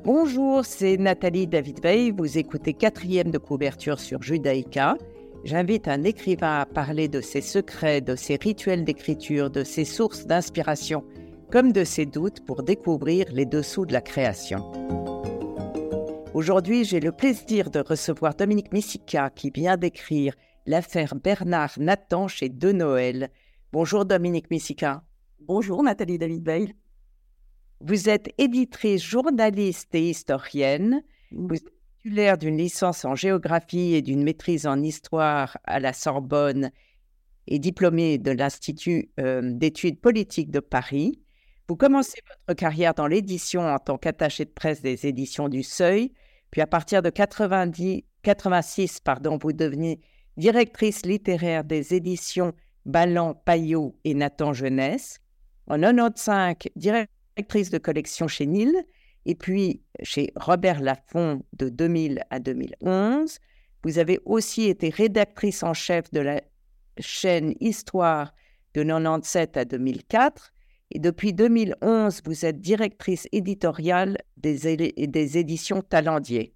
Bonjour, c'est Nathalie David-Veil. Vous écoutez 4e de couverture sur Judaïka. J'invite un écrivain à parler de ses secrets, de ses rituels d'écriture, de ses sources d'inspiration, comme de ses doutes pour découvrir les dessous de la création. Aujourd'hui, j'ai le plaisir de recevoir Dominique Misica qui vient d'écrire l'affaire Bernard Nathan chez De Noël. Bonjour Dominique Misica. Bonjour Nathalie David-Veil. Vous êtes éditrice, journaliste et historienne. Vous êtes titulaire d'une licence en géographie et d'une maîtrise en histoire à la Sorbonne et diplômée de l'Institut d'études politiques de Paris. Vous commencez votre carrière dans l'édition en tant qu'attachée de presse des éditions du Seuil, puis à partir de 86, vous devenez directrice littéraire des éditions Balland, Payot et Nathan Jeunesse. En 95, directrice de collection chez Nil, et puis chez Robert Laffont de 2000 à 2011. Vous avez aussi été rédactrice en chef de la chaîne Histoire de 97 à 2004. Et depuis 2011, vous êtes directrice éditoriale des éditions Talendier.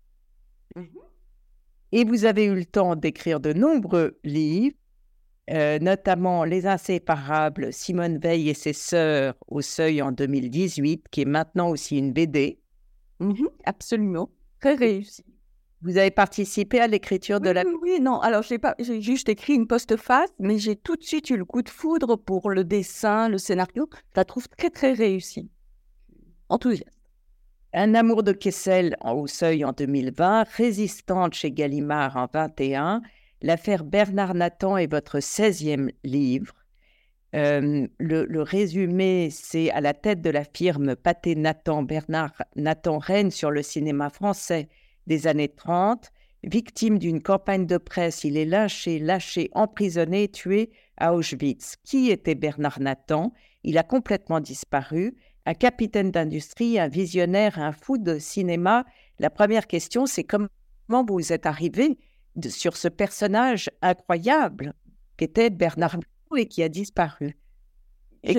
Et vous avez eu le temps d'écrire de nombreux livres, notamment Les Inséparables, Simone Veil et ses sœurs au Seuil en 2018, qui est maintenant aussi une BD. Absolument, très réussi. Vous avez participé à l'écriture de la... Oui, non, alors j'ai juste écrit une postface, mais j'ai tout de suite eu le coup de foudre pour le dessin, le scénario. Je la trouve très, très réussie. Enthousiaste. Un amour de Kessel au Seuil en 2020, Résistante chez Gallimard en 2021. L'affaire Bernard Nathan est votre 16e livre. Le résumé, c'est à la tête de la firme Pathé Nathan, Bernard Nathan règne sur le cinéma français des années 30. Victime d'une campagne de presse, il est lâché, emprisonné, tué à Auschwitz. Qui était Bernard Nathan? Il a complètement disparu. Un capitaine d'industrie, un visionnaire, un fou de cinéma. La première question, c'est comment vous êtes arrivé sur ce personnage incroyable qu'était Bernard Nathan et qui a disparu. Et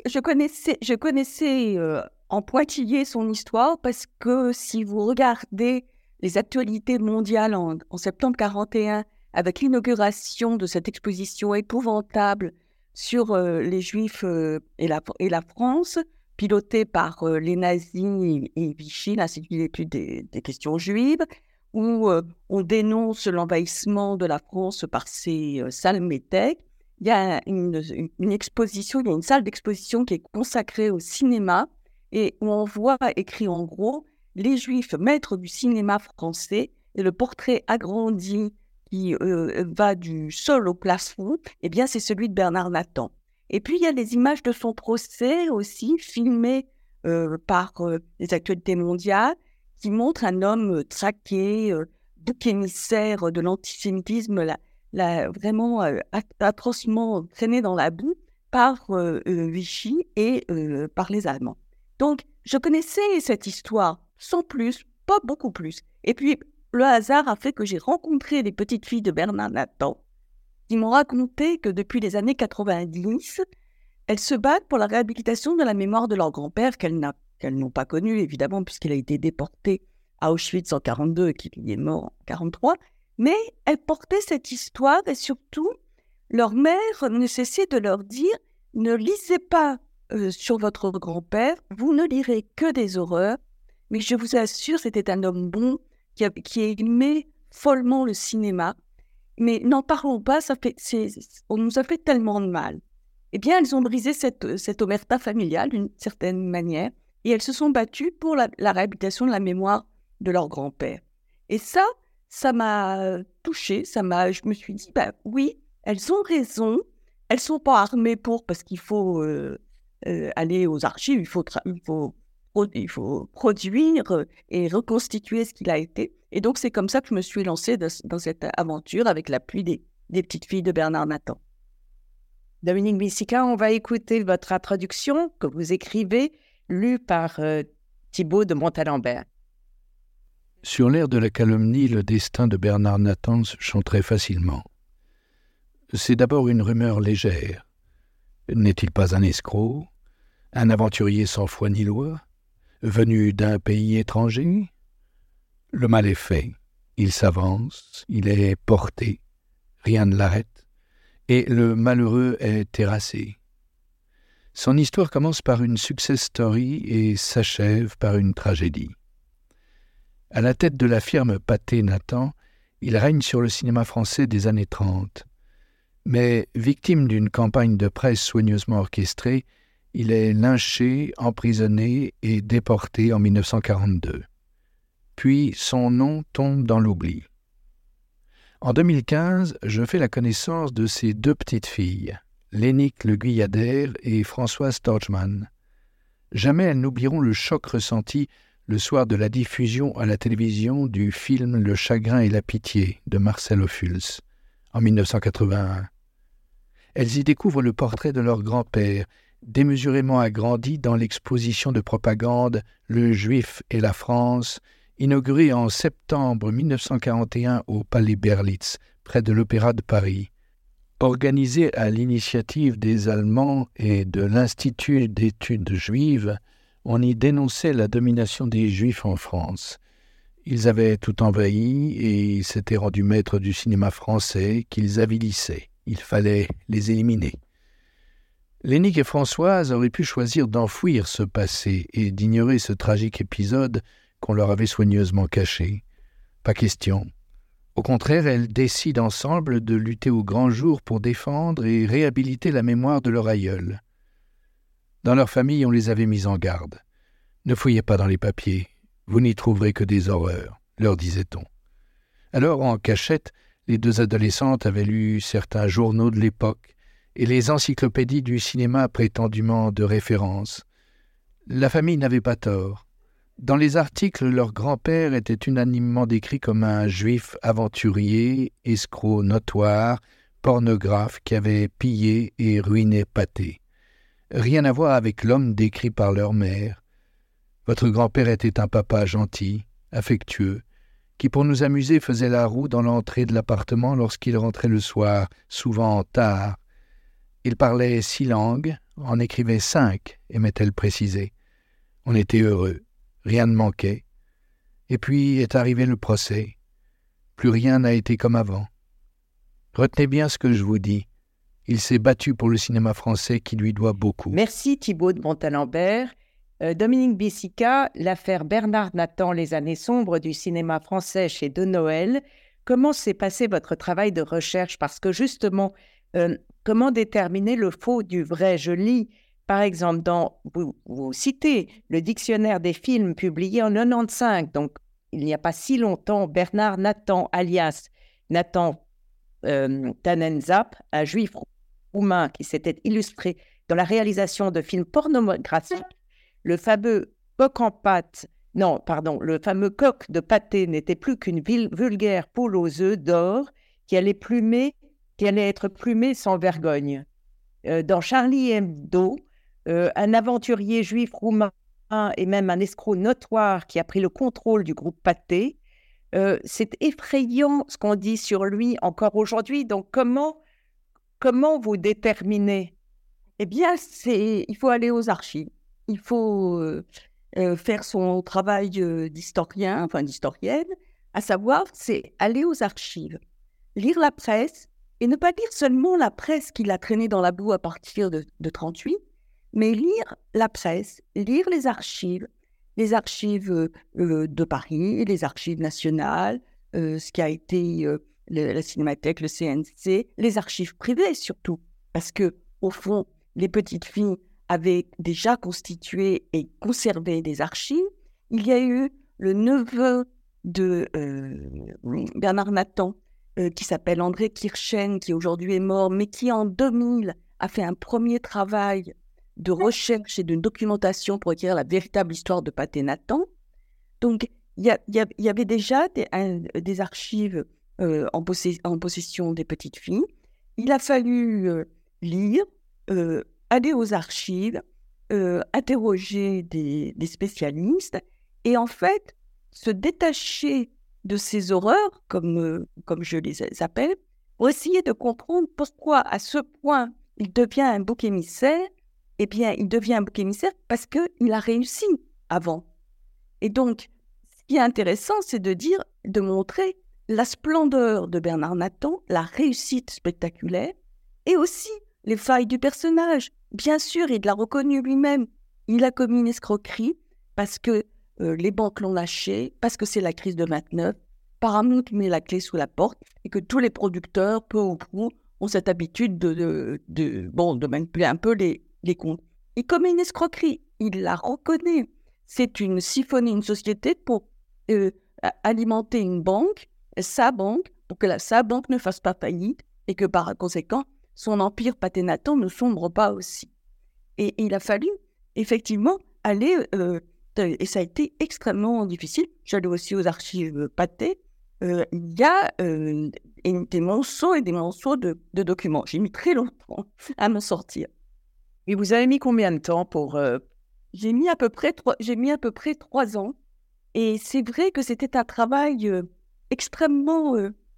je connaissais en pointillé son histoire parce que si vous regardez les actualités mondiales en septembre 1941, avec l'inauguration de cette exposition épouvantable sur les Juifs et la France, pilotée par les nazis et Vichy, l'Institut d'études des questions juives, où on dénonce l'envahissement de la France par ces salles métèques. Il y a une exposition, il y a une salle d'exposition qui est consacrée au cinéma et où on voit écrit en gros les Juifs maîtres du cinéma français et le portrait agrandi qui va du sol au plafond, eh bien c'est celui de Bernard Nathan. Et puis il y a les images de son procès aussi filmées par les actualités mondiales qui montrent un homme traqué, bouc émissaire de l'antisémitisme, vraiment atrocement traîné dans la boue par Vichy et par les Allemands. Donc, je connaissais cette histoire, sans plus, pas beaucoup plus. Et puis, le hasard a fait que j'ai rencontré les petites filles de Bernard Nathan qui m'ont raconté que depuis les années 90, elles se battent pour la réhabilitation de la mémoire de leur grand-père qu'elles n'ont pas connu, évidemment, puisqu'il a été déporté à Auschwitz en 1942 et qu'il est mort en 1943. Mais elles portaient cette histoire et surtout, leur mère ne cessait de leur dire « Ne lisez pas sur votre grand-père, vous ne lirez que des horreurs, mais je vous assure, c'était un homme bon qui aimait follement le cinéma. Mais n'en parlons pas, on nous a fait tellement de mal. » Eh bien, elles ont brisé cette omerta familiale d'une certaine manière et elles se sont battues pour la réhabilitation de la mémoire de leur grand-père. Et ça m'a touchée, je me suis dit, oui, elles ont raison, elles ne sont pas armées parce qu'il faut aller aux archives, il faut produire et reconstituer ce qu'il a été. Et donc, c'est comme ça que je me suis lancée dans cette aventure avec l'appui des petites filles de Bernard Nathan. Dominique Misica, on va écouter votre introduction que vous écrivez, lue par Thibaut de Montalembert. Sur l'air de la calomnie, le destin de Bernard Nathan se chanterait facilement. C'est d'abord une rumeur légère. N'est-il pas un escroc, un aventurier sans foi ni loi, venu d'un pays étranger? Le mal est fait. Il s'avance, il est porté, rien ne l'arrête, et le malheureux est terrassé. Son histoire commence par une success story et s'achève par une tragédie. À la tête de la firme Pathé Nathan, il règne sur le cinéma français des années 30. Mais victime d'une campagne de presse soigneusement orchestrée, il est lynché, emprisonné et déporté en 1942. Puis son nom tombe dans l'oubli. En 2015, je fais la connaissance de ses 2 petites filles, Lénique Le Guyadère et Françoise Torchman. Jamais elles n'oublieront le choc ressenti le soir de la diffusion à la télévision du film Le chagrin et la pitié de Marcel Ophuls, en 1981. Elles y découvrent le portrait de leur grand-père, démesurément agrandi dans l'exposition de propagande Le Juif et la France, inaugurée en septembre 1941 au Palais Berlitz, près de l'Opéra de Paris. Organisée à l'initiative des Allemands et de l'Institut d'études juives, on y dénonçait la domination des Juifs en France. Ils avaient tout envahi et s'étaient rendus maîtres du cinéma français qu'ils avilissaient. Il fallait les éliminer. Lénique et Françoise auraient pu choisir d'enfouir ce passé et d'ignorer ce tragique épisode qu'on leur avait soigneusement caché. Pas question. Au contraire, elles décident ensemble de lutter au grand jour pour défendre et réhabiliter la mémoire de leur aïeul. Dans leur famille, on les avait mis en garde. Ne fouillez pas dans les papiers, vous n'y trouverez que des horreurs, leur disait-on. Alors, en cachette, les 2 adolescentes avaient lu certains journaux de l'époque et les encyclopédies du cinéma prétendument de référence. La famille n'avait pas tort. Dans les articles, leur grand-père était unanimement décrit comme un juif aventurier, escroc notoire, pornographe qui avait pillé et ruiné Pathé. Rien à voir avec l'homme décrit par leur mère. Votre grand-père était un papa gentil, affectueux, qui pour nous amuser faisait la roue dans l'entrée de l'appartement lorsqu'il rentrait le soir, souvent tard. Il parlait 6 langues, en écrivait 5, aimait-elle préciser. On était heureux. Rien ne manquait. Et puis est arrivé le procès. Plus rien n'a été comme avant. Retenez bien ce que je vous dis. Il s'est battu pour le cinéma français qui lui doit beaucoup. Merci Thibaut de Montalembert. Dominique Bessica, l'affaire Bernard Nathan, les années sombres du cinéma français chez De Noël. Comment s'est passé votre travail de recherche? Parce que justement, comment déterminer le faux du vrai? Je lis, par exemple, vous citez le dictionnaire des films publié en 1995, donc il n'y a pas si longtemps, Bernard Nathan, alias Nathan Tanenzap, un juif roumain qui s'était illustré dans la réalisation de films pornographiques. Le fameux le fameux coq de Pathé n'était plus qu'une vulgaire poule aux œufs d'or qui allait être plumée sans vergogne. Dans Charlie Hebdo, un aventurier juif roumain et même un escroc notoire qui a pris le contrôle du groupe Pathé. C'est effrayant ce qu'on dit sur lui encore aujourd'hui. Donc, comment vous déterminez? Eh bien, il faut aller aux archives. Il faut faire son travail d'historienne, à savoir, c'est aller aux archives, lire la presse, et ne pas lire seulement la presse qui l'a traîné dans la boue à partir de 1938, mais lire la presse, lire les archives de Paris, les archives nationales, ce qui a été la Cinémathèque, le CNC, les archives privées surtout, parce que au fond, les petites filles avaient déjà constitué et conservé des archives. Il y a eu le neveu de Bernard Nathan, qui s'appelle André Kirchen, qui aujourd'hui est mort, mais qui en 2000 a fait un premier travail de recherche et de documentation pour écrire la véritable histoire de Pathé Nathan. Donc, il y avait déjà des archives en possession des petites filles. Il a fallu lire, aller aux archives, interroger des spécialistes et en fait se détacher de ces horreurs, comme je les appelle, pour essayer de comprendre pourquoi à ce point il devient un bouc émissaire. Eh bien, il devient un bouc émissaire parce qu'il a réussi avant. Et donc, ce qui est intéressant, c'est de montrer la splendeur de Bernard Nathan, la réussite spectaculaire, et aussi les failles du personnage. Bien sûr, il l'a reconnu lui-même. Il a commis une escroquerie parce que les banques l'ont lâché, parce que c'est la crise de 29, Paramount met la clé sous la porte et que tous les producteurs, peu ou prou, ont cette habitude de manipuler un peu les comptes. Il commet une escroquerie, il la reconnaît. C'est siphonner une société pour alimenter une banque, sa banque, pour que sa banque ne fasse pas faillite et que par conséquent, son empire Pathé-Nathan ne sombre pas aussi. Et il a fallu effectivement aller, et ça a été extrêmement difficile. J'allais aussi aux archives Pathé. Il y a des monceaux et des monceaux de documents. J'ai mis très longtemps à me sortir. Et vous avez mis combien de temps pour... J'ai mis à peu près 3 ans. Et c'est vrai que c'était un travail extrêmement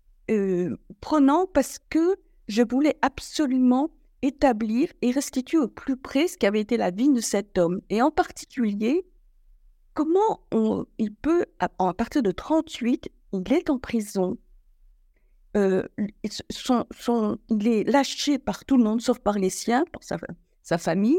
prenant parce que je voulais absolument établir et restituer au plus près ce qu'avait été la vie de cet homme. Et en particulier, comment il peut, à partir de 1938, il est en prison. Il est lâché par tout le monde, sauf par les siens, par sa famille.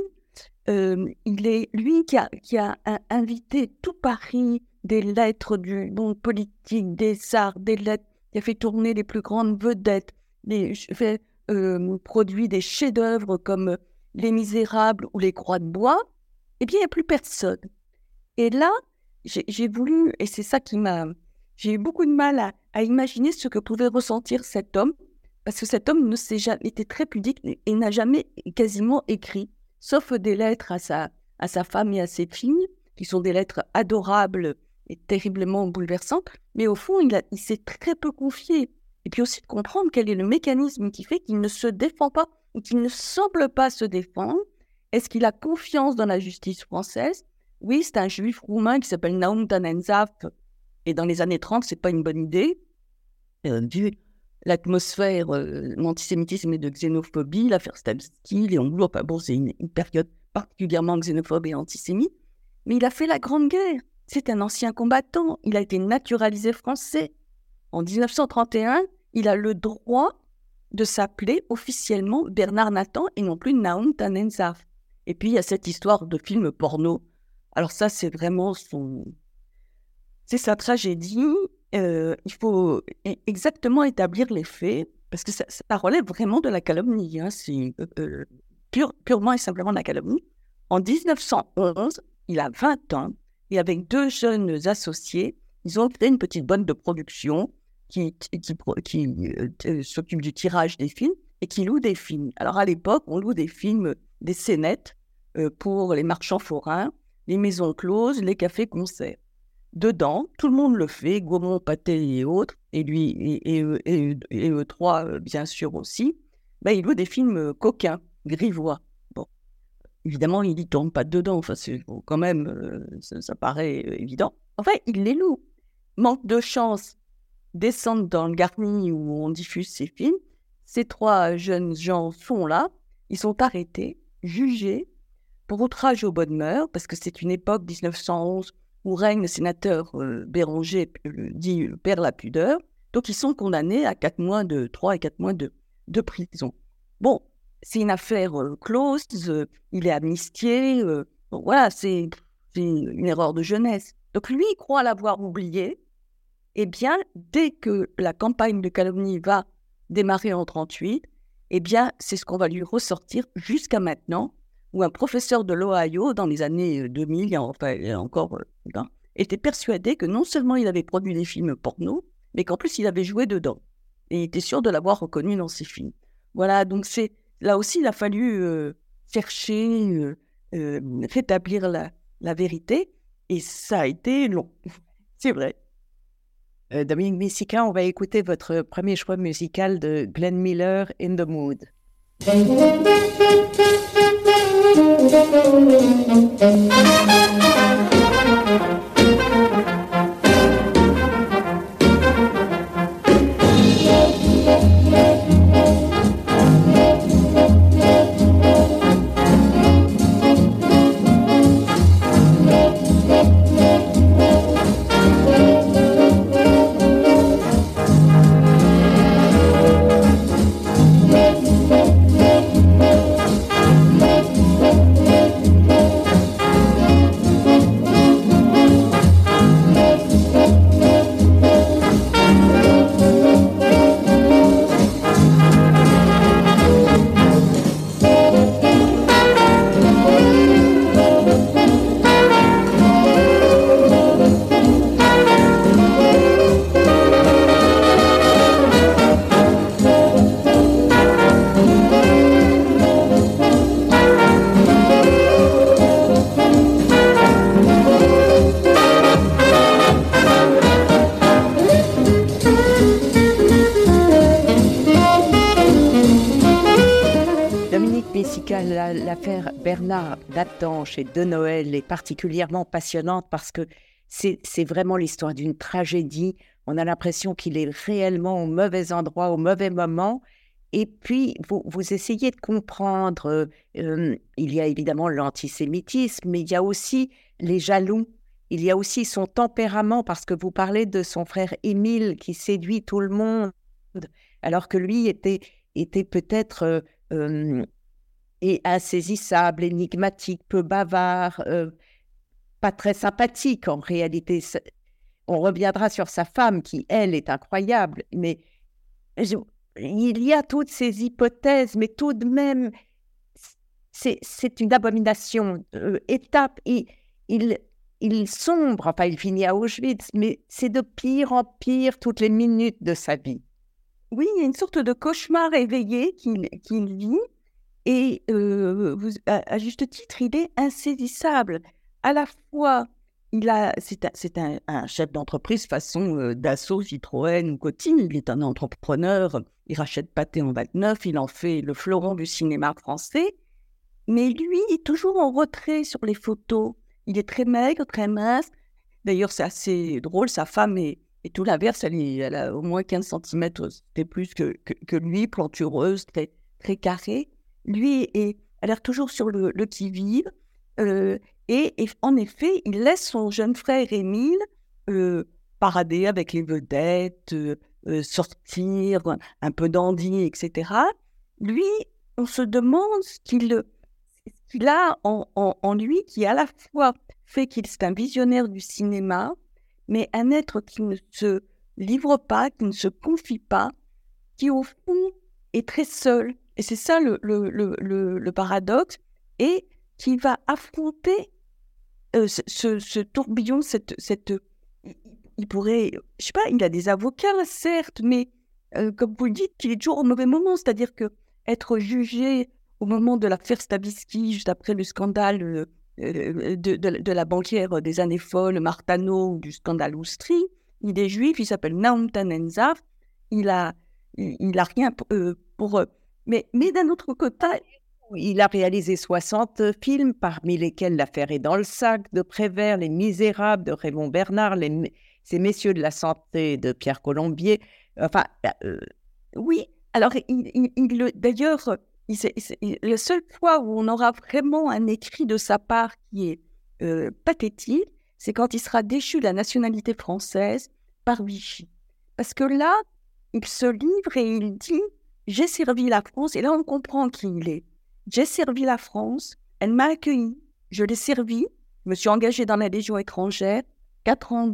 Il est lui qui a invité tout Paris, des lettres du monde politique, des arts, des lettres, qui a fait tourner les plus grandes vedettes, produit des chefs-d'œuvre comme Les Misérables ou Les Croix de Bois. Eh bien, il n'y a plus personne. Et là, j'ai voulu, et c'est ça j'ai eu beaucoup de mal à imaginer ce que pouvait ressentir cet homme, parce que cet homme était très pudique et n'a jamais quasiment écrit, sauf des lettres à sa femme et à ses filles, qui sont des lettres adorables et terriblement bouleversantes, mais au fond, il s'est très peu confié. Et puis aussi de comprendre quel est le mécanisme qui fait qu'il ne se défend pas, ou qu'il ne semble pas se défendre. Est-ce qu'il a confiance dans la justice française ? Oui, c'est un juif roumain qui s'appelle Naum Tanenzaf, et dans les années 30, c'est pas une bonne idée, vu l'atmosphère d'antisémitisme et de xénophobie, l'affaire Stabski, Léon Blum, c'est une période particulièrement xénophobe et antisémite, mais il a fait la Grande Guerre. C'est un ancien combattant, il a été naturalisé français. En 1931, il a le droit de s'appeler officiellement Bernard Nathan et non plus Naum Tanenzaf. Et puis, il y a cette histoire de film porno. Alors ça, c'est vraiment c'est sa tragédie. Il faut exactement établir les faits, parce que ça relève vraiment de la calomnie. C'est purement et simplement de la calomnie. En 1911, il a 20 ans, et avec 2 jeunes associés, ils ont créé une petite boîte de production qui s'occupe du tirage des films et qui loue des films. Alors à l'époque, on loue des films, des scénettes pour les marchands forains, les maisons closes, les cafés-concerts. Dedans, tout le monde le fait, Gaumont, Pathé et autres, et lui, et eux trois, bien sûr aussi, il loue des films coquins, grivois. Bon, évidemment, il n'y tourne pas dedans, enfin, quand même, ça paraît évident. Enfin, il les loue. Manque de chance, descendent dans le Garni où on diffuse ces films. Ces 3 jeunes gens sont là, ils sont arrêtés, jugés pour outrage aux bonnes mœurs, parce que c'est une époque, 1911, où règne le sénateur Béranger, dit perd la pudeur. Donc, ils sont condamnés à 3 et 4 mois de prison. Bon, c'est une affaire close, il est amnistié. Bon, voilà, c'est une erreur de jeunesse. Donc, lui, il croit l'avoir oublié. Eh bien, dès que la campagne de calomnie va démarrer en 1938, eh bien, c'est ce qu'on va lui ressortir jusqu'à maintenant, où un professeur de l'Ohio, dans les années 2000, était persuadé que non seulement il avait produit des films porno, mais qu'en plus il avait joué dedans. Et il était sûr de l'avoir reconnu dans ses films. Voilà, donc là aussi, il a fallu chercher, rétablir la vérité, et ça a été long. C'est vrai. Dominique Messicain, on va écouter votre premier choix musical de Glenn Miller, In the Mood. l'affaire Bernard Lattanche et de Noël est particulièrement passionnante parce que c'est vraiment l'histoire d'une tragédie. On a l'impression qu'il est réellement au mauvais endroit, au mauvais moment. Et puis, vous essayez de comprendre, il y a évidemment l'antisémitisme, mais il y a aussi les jaloux, il y a aussi son tempérament, parce que vous parlez de son frère Émile qui séduit tout le monde, alors que lui était peut-être insaisissable, énigmatique, peu bavard, pas très sympathique en réalité. On reviendra sur sa femme qui, elle, est incroyable, mais il y a toutes ces hypothèses, mais tout de même, c'est une abomination. Il sombre, enfin il finit à Auschwitz, mais c'est de pire en pire toutes les minutes de sa vie. Oui, il y a une sorte de cauchemar éveillé qu'il vit, et à juste titre, il est insaisissable. À la fois, c'est un chef d'entreprise façon Dassault, Citroën ou Coty. Il est un entrepreneur, il rachète Pathé en 29, il en fait le fleuron du cinéma français. Mais lui, il est toujours en retrait sur les photos. Il est très maigre, très mince. D'ailleurs, c'est assez drôle, sa femme est tout l'inverse. Elle a au moins 15 cm, c'était plus que lui, plantureuse, très, très carrée. Lui a l'air toujours sur le qui-vive. Et en effet, il laisse son jeune frère Émile parader avec les vedettes, sortir, un peu dandy, etc. Lui, on se demande ce qu'il a en lui, qui à la fois fait qu'il est un visionnaire du cinéma, mais un être qui ne se livre pas, qui ne se confie pas, qui au fond est très seul. Et c'est ça le paradoxe, et qui va affronter ce tourbillon, il pourrait, je sais pas, il a des avocats, certes, mais comme vous le dites, il est toujours au mauvais moment, c'est-à-dire que être jugé au moment de l'affaire Stavisky, juste après le scandale de la banquière des années folles, Martano, ou du scandale Oustri, il est juif, il s'appelle Naum Tanenzaf, il a rien pour mais d'un autre côté, il a réalisé 60 films, parmi lesquels L'affaire est dans le sac de Prévert, Les Misérables de Raymond Bernard, Ces messieurs de la santé de Pierre Colombier. Enfin, oui. Alors, d'ailleurs, la seule fois où on aura vraiment un écrit de sa part qui est pathétique, c'est quand il sera déchu de la nationalité française par Vichy. Parce que là, il se livre et il dit « J'ai servi la France », et là, on comprend qui il est. J'ai servi la France, elle m'a accueilli, je l'ai servi, je me suis engagé dans la Légion étrangère, 4 ans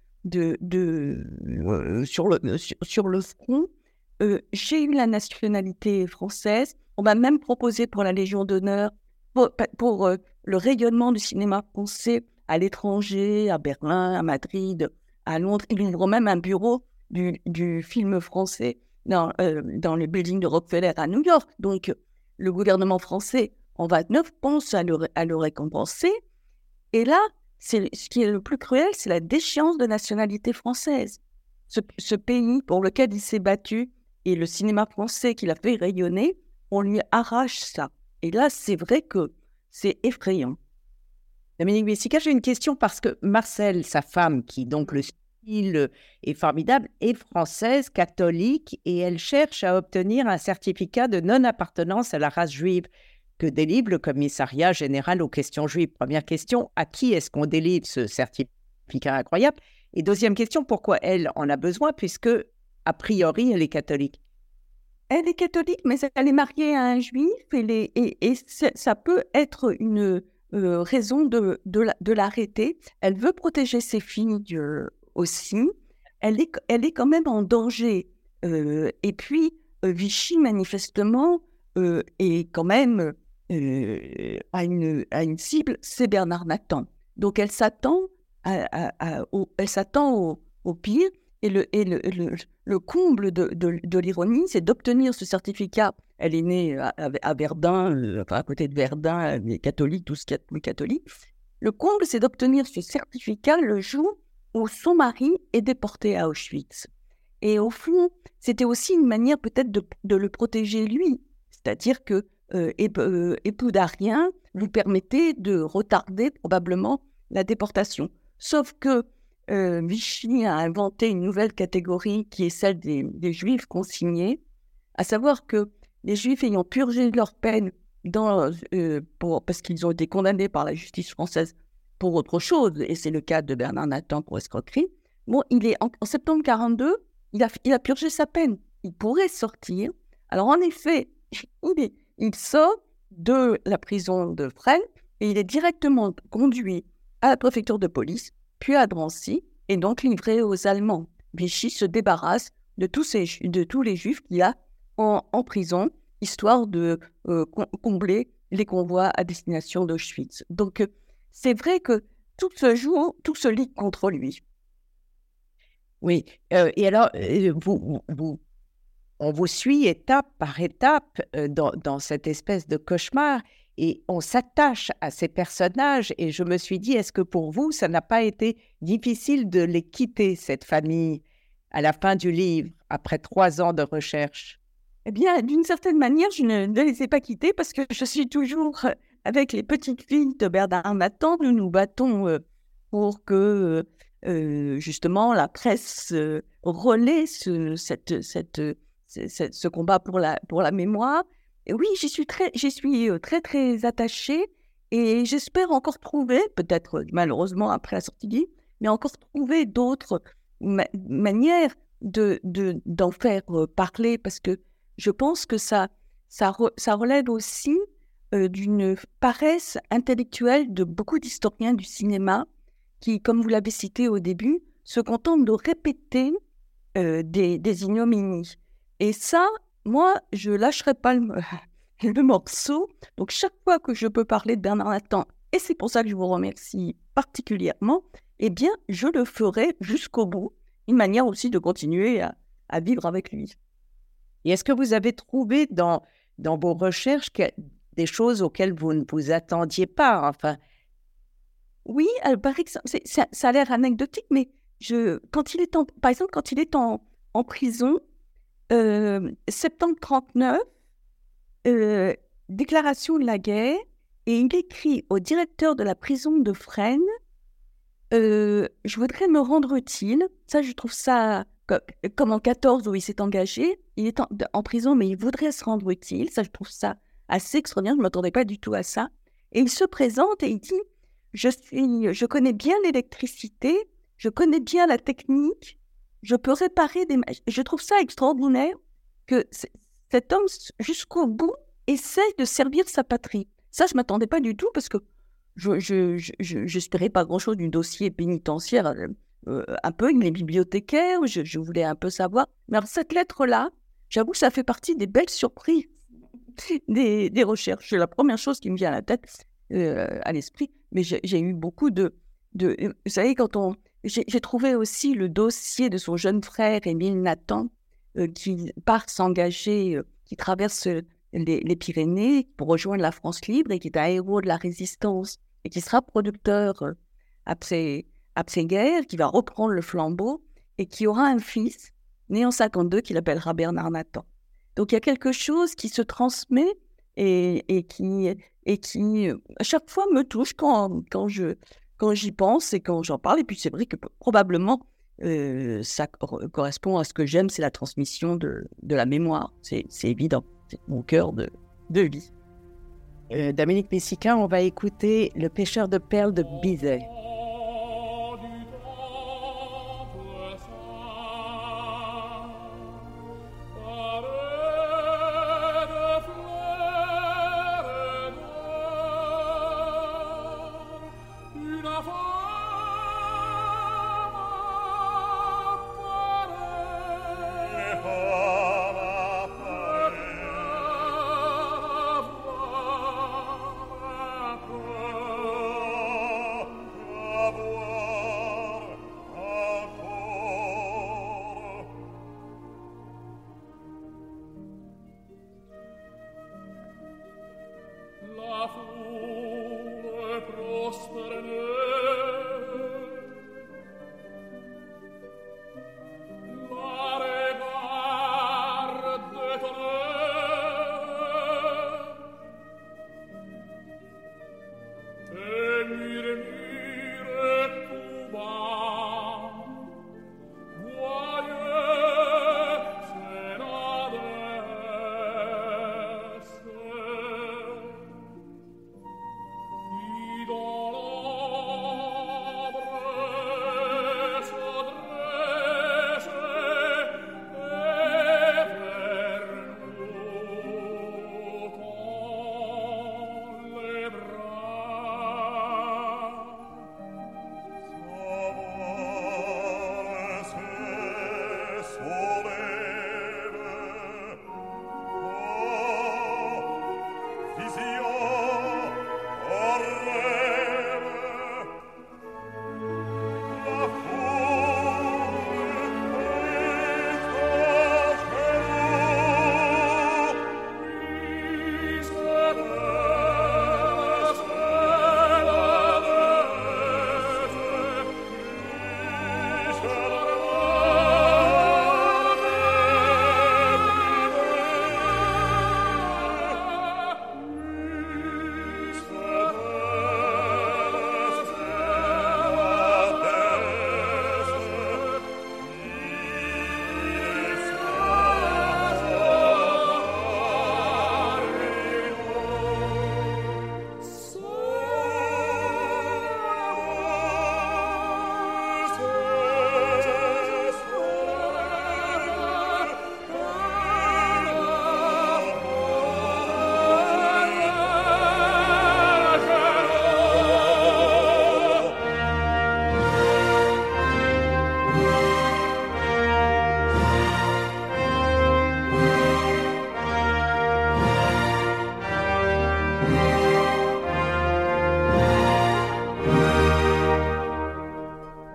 sur le front. J'ai eu la nationalité française. On m'a même proposé pour la Légion d'honneur, pour le rayonnement du cinéma français à l'étranger, à Berlin, à Madrid, à Londres. Ils ouvrent même un bureau du film français dans le building de Rockefeller à New York. Donc, le gouvernement français, en 29, pense à le récompenser. Et là, ce qui est le plus cruel, c'est la déchéance de nationalité française. Ce pays pour lequel il s'est battu et le cinéma français qu'il a fait rayonner, on lui arrache ça. Et là, c'est vrai que c'est effrayant. Dominique Messica, j'ai une question parce que Marcelle, sa femme, qui donc le style est formidable, est française, catholique, et elle cherche à obtenir un certificat de non-appartenance à la race juive que délivre le Commissariat général aux questions juives. Première question, à qui est-ce qu'on délivre ce certificat incroyable? Et deuxième question, pourquoi elle en a besoin, puisque, a priori, elle est catholique? Elle est catholique, mais elle est mariée à un juif, et ça peut être une raison de l'arrêter. Elle veut protéger ses filles aussi. Elle est quand même en danger. Et puis, Vichy, manifestement, est quand même à une cible, c'est Bernard Nathan. Donc, elle s'attend au pire. Et le comble de l'ironie, c'est d'obtenir ce certificat. Elle est née à Verdun, à côté de Verdun, les catholiques, tout ce qu'il y a de plus catholique. Le comble, c'est d'obtenir ce certificat le jour où son mari est déporté à Auschwitz. Et au fond, c'était aussi une manière peut-être de le protéger lui. C'est-à-dire que époux d'Arien vous permettait de retarder probablement la déportation. Sauf que Vichy a inventé une nouvelle catégorie qui est celle des Juifs consignés, à savoir que les Juifs ayant purgé leur peine parce qu'ils ont été condamnés par la justice française pour autre chose, et c'est le cas de Bernard Nathan pour escroquerie, bon, en septembre 1942, il a purgé sa peine. Il pourrait sortir. Alors en effet, il sort de la prison de Fresnes et il est directement conduit à la préfecture de police, puis à Drancy, et donc livré aux Allemands. Vichy se débarrasse de tous les Juifs qu'il a en prison, histoire de combler les convois à destination d'Auschwitz. Donc, c'est vrai que tout se lit contre lui. Oui, et alors, on vous suit étape par étape dans cette espèce de cauchemar et on s'attache à ces personnages et je me suis dit, est-ce que pour vous, ça n'a pas été difficile de les quitter, cette famille, à la fin du livre, après 3 ans de recherche? Eh bien, d'une certaine manière, je ne les ai pas quittés parce que je suis toujours avec les petites filles de Bernard Nathan. Nous nous battons pour que, justement, la presse relaie ce combat pour la mémoire. Et oui, j'y suis très, très attachée et j'espère encore trouver, peut-être malheureusement après la sortie du livre, mais encore trouver d'autres manières d'en faire parler parce que je pense que ça relève aussi d'une paresse intellectuelle de beaucoup d'historiens du cinéma qui, comme vous l'avez cité au début, se contentent de répéter des ignominies. Et ça, moi, je lâcherai pas le morceau. Donc, chaque fois que je peux parler de Bernard Nathan, et c'est pour ça que je vous remercie particulièrement, eh bien, je le ferai jusqu'au bout. Une manière aussi de continuer à vivre avec lui. Et est-ce que vous avez trouvé dans vos recherches des choses auxquelles vous ne vous attendiez pas, enfin? Oui, par exemple, ça a l'air anecdotique, mais par exemple, quand il est en prison, septembre 1939, déclaration de la guerre, et il écrit au directeur de la prison de Fresnes, je voudrais me rendre utile. Ça, je trouve ça comme en 14 où il s'est engagé. Il est en prison, mais il voudrait se rendre utile. Ça, je trouve ça assez extraordinaire. Je ne m'attendais pas du tout à ça. Et il se présente et il dit, je connais bien l'électricité, je connais bien la technique, je peux réparer des machines. Je trouve ça extraordinaire que cet homme, jusqu'au bout, essaye de servir sa patrie. Ça, je ne m'attendais pas du tout parce que je n'espérais pas grand-chose du dossier pénitentiaire. Un peu, il est bibliothécaire, je voulais un peu savoir. Mais alors, cette lettre-là, j'avoue, ça fait partie des belles surprises des recherches. C'est la première chose qui me vient à la tête, à l'esprit. Mais j'ai eu beaucoup de vous savez, j'ai trouvé aussi le dossier de son jeune frère, Émile Nathan, qui part s'engager, qui traverse les Pyrénées pour rejoindre la France libre et qui est un héros de la résistance et qui sera producteur après-guerre, qui va reprendre le flambeau et qui aura un fils né en 52 qu'il appellera Bernard Nathan. Donc il y a quelque chose qui se transmet et qui à chaque fois me touche quand j'y pense et quand j'en parle. Et puis c'est vrai que probablement ça correspond à ce que j'aime, c'est la transmission de la mémoire. C'est évident, c'est mon cœur de vie. Dominique Messicain, on va écouter Le pêcheur de perles de Bizet. La foule prospera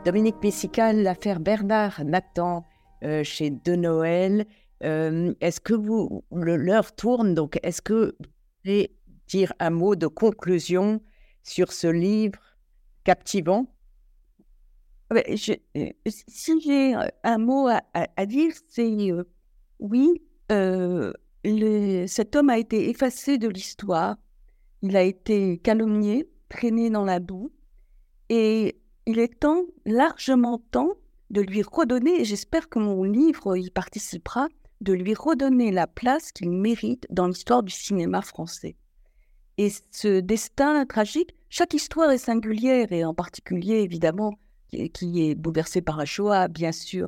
Dominique Messical, l'affaire Bernard Nathan chez De Noël. Est-ce que l'heure tourne, donc est-ce que vous pouvez dire un mot de conclusion sur ce livre captivant? Si j'ai un mot à dire, c'est oui, cet homme a été effacé de l'histoire, il a été calomnié, traîné dans la boue, et il est largement temps de lui redonner, et j'espère que mon livre y participera, de lui redonner la place qu'il mérite dans l'histoire du cinéma français. Et ce destin tragique, chaque histoire est singulière, et en particulier, évidemment, qui est bouleversée par la Shoah, bien sûr.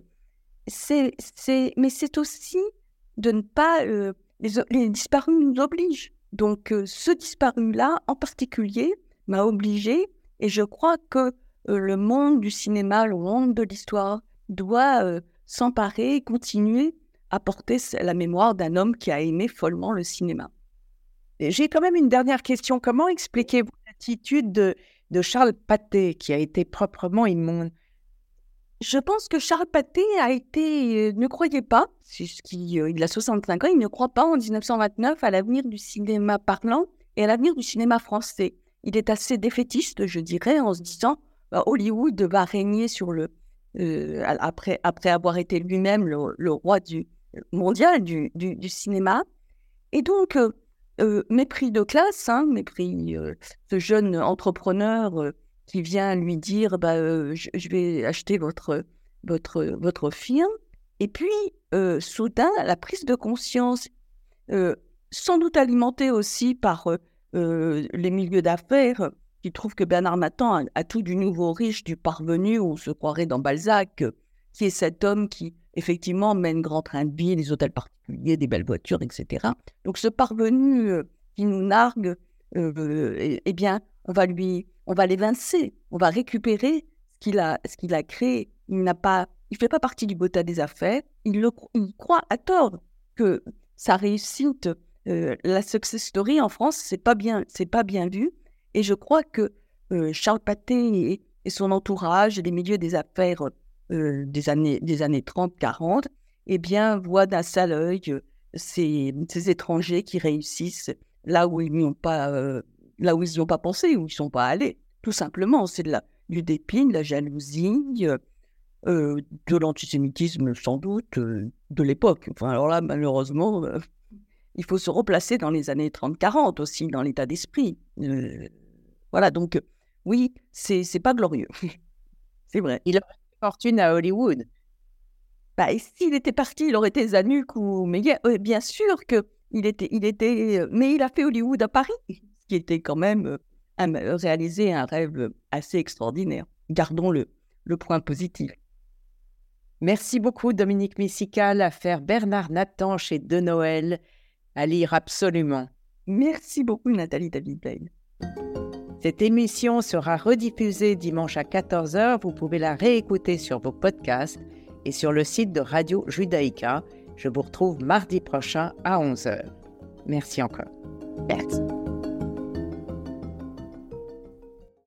Mais c'est aussi de ne pas... les disparus nous obligent. Donc, ce disparu-là, en particulier, m'a obligée, et je crois que le monde du cinéma, le monde de l'histoire, doit s'emparer, continuer à porter la mémoire d'un homme qui a aimé follement le cinéma. J'ai quand même une dernière question. Comment expliquez-vous l'attitude de Charles Pathé, qui a été proprement immonde? Je pense que Charles Pathé ne croyait pas, il a 65 ans, il ne croit pas en 1929 à l'avenir du cinéma parlant et à l'avenir du cinéma français. Il est assez défaitiste, je dirais, en se disant Hollywood va régner sur après avoir été lui-même le roi mondial du cinéma. Et donc, mépris de classe, ce jeune entrepreneur qui vient lui dire je vais acheter votre firme. Et puis, soudain, la prise de conscience, sans doute alimentée aussi par les milieux d'affaires, qui trouvent que Bernard Nathan a tout du nouveau riche, du parvenu, on se croirait dans Balzac, qui est cet homme qui, effectivement, mène grand train de vie, des hôtels particuliers, des belles voitures, etc. Donc, ce parvenu qui nous nargue, eh bien, on va l'évincer, on va récupérer ce qu'il a créé. Il fait pas partie du botta des affaires. Il croit à tort que sa réussite, la success story en France, c'est pas bien vu. Et je crois que Charles Pathé et son entourage, et les milieux des affaires des années 30-40, eh bien, voient d'un sale œil ces étrangers qui réussissent là où ils n'y ont pas pensé, où ils ne sont pas allés. Tout simplement, c'est du dépit, de la jalousie, de l'antisémitisme sans doute, de l'époque. Enfin, alors là, malheureusement, il faut se replacer dans les années 30-40 aussi, dans l'état d'esprit. Voilà, donc oui, c'est pas glorieux. C'est vrai. Il aurait fait fortune à Hollywood. S'il était parti, il aurait été Zanuck ou Meyer. Bien sûr qu'il était... mais il a fait Hollywood à Paris, ce qui était quand même réaliser un rêve assez extraordinaire. Gardons le point positif. Merci beaucoup, Dominique Messical. L'affaire Bernard Nathan chez De Noël, à lire absolument. Merci beaucoup, Nathalie David-Blaine. Cette émission sera rediffusée dimanche à 14h. Vous pouvez la réécouter sur vos podcasts et sur le site de Radio Judaïka. Je vous retrouve mardi prochain à 11h. Merci encore. Merci.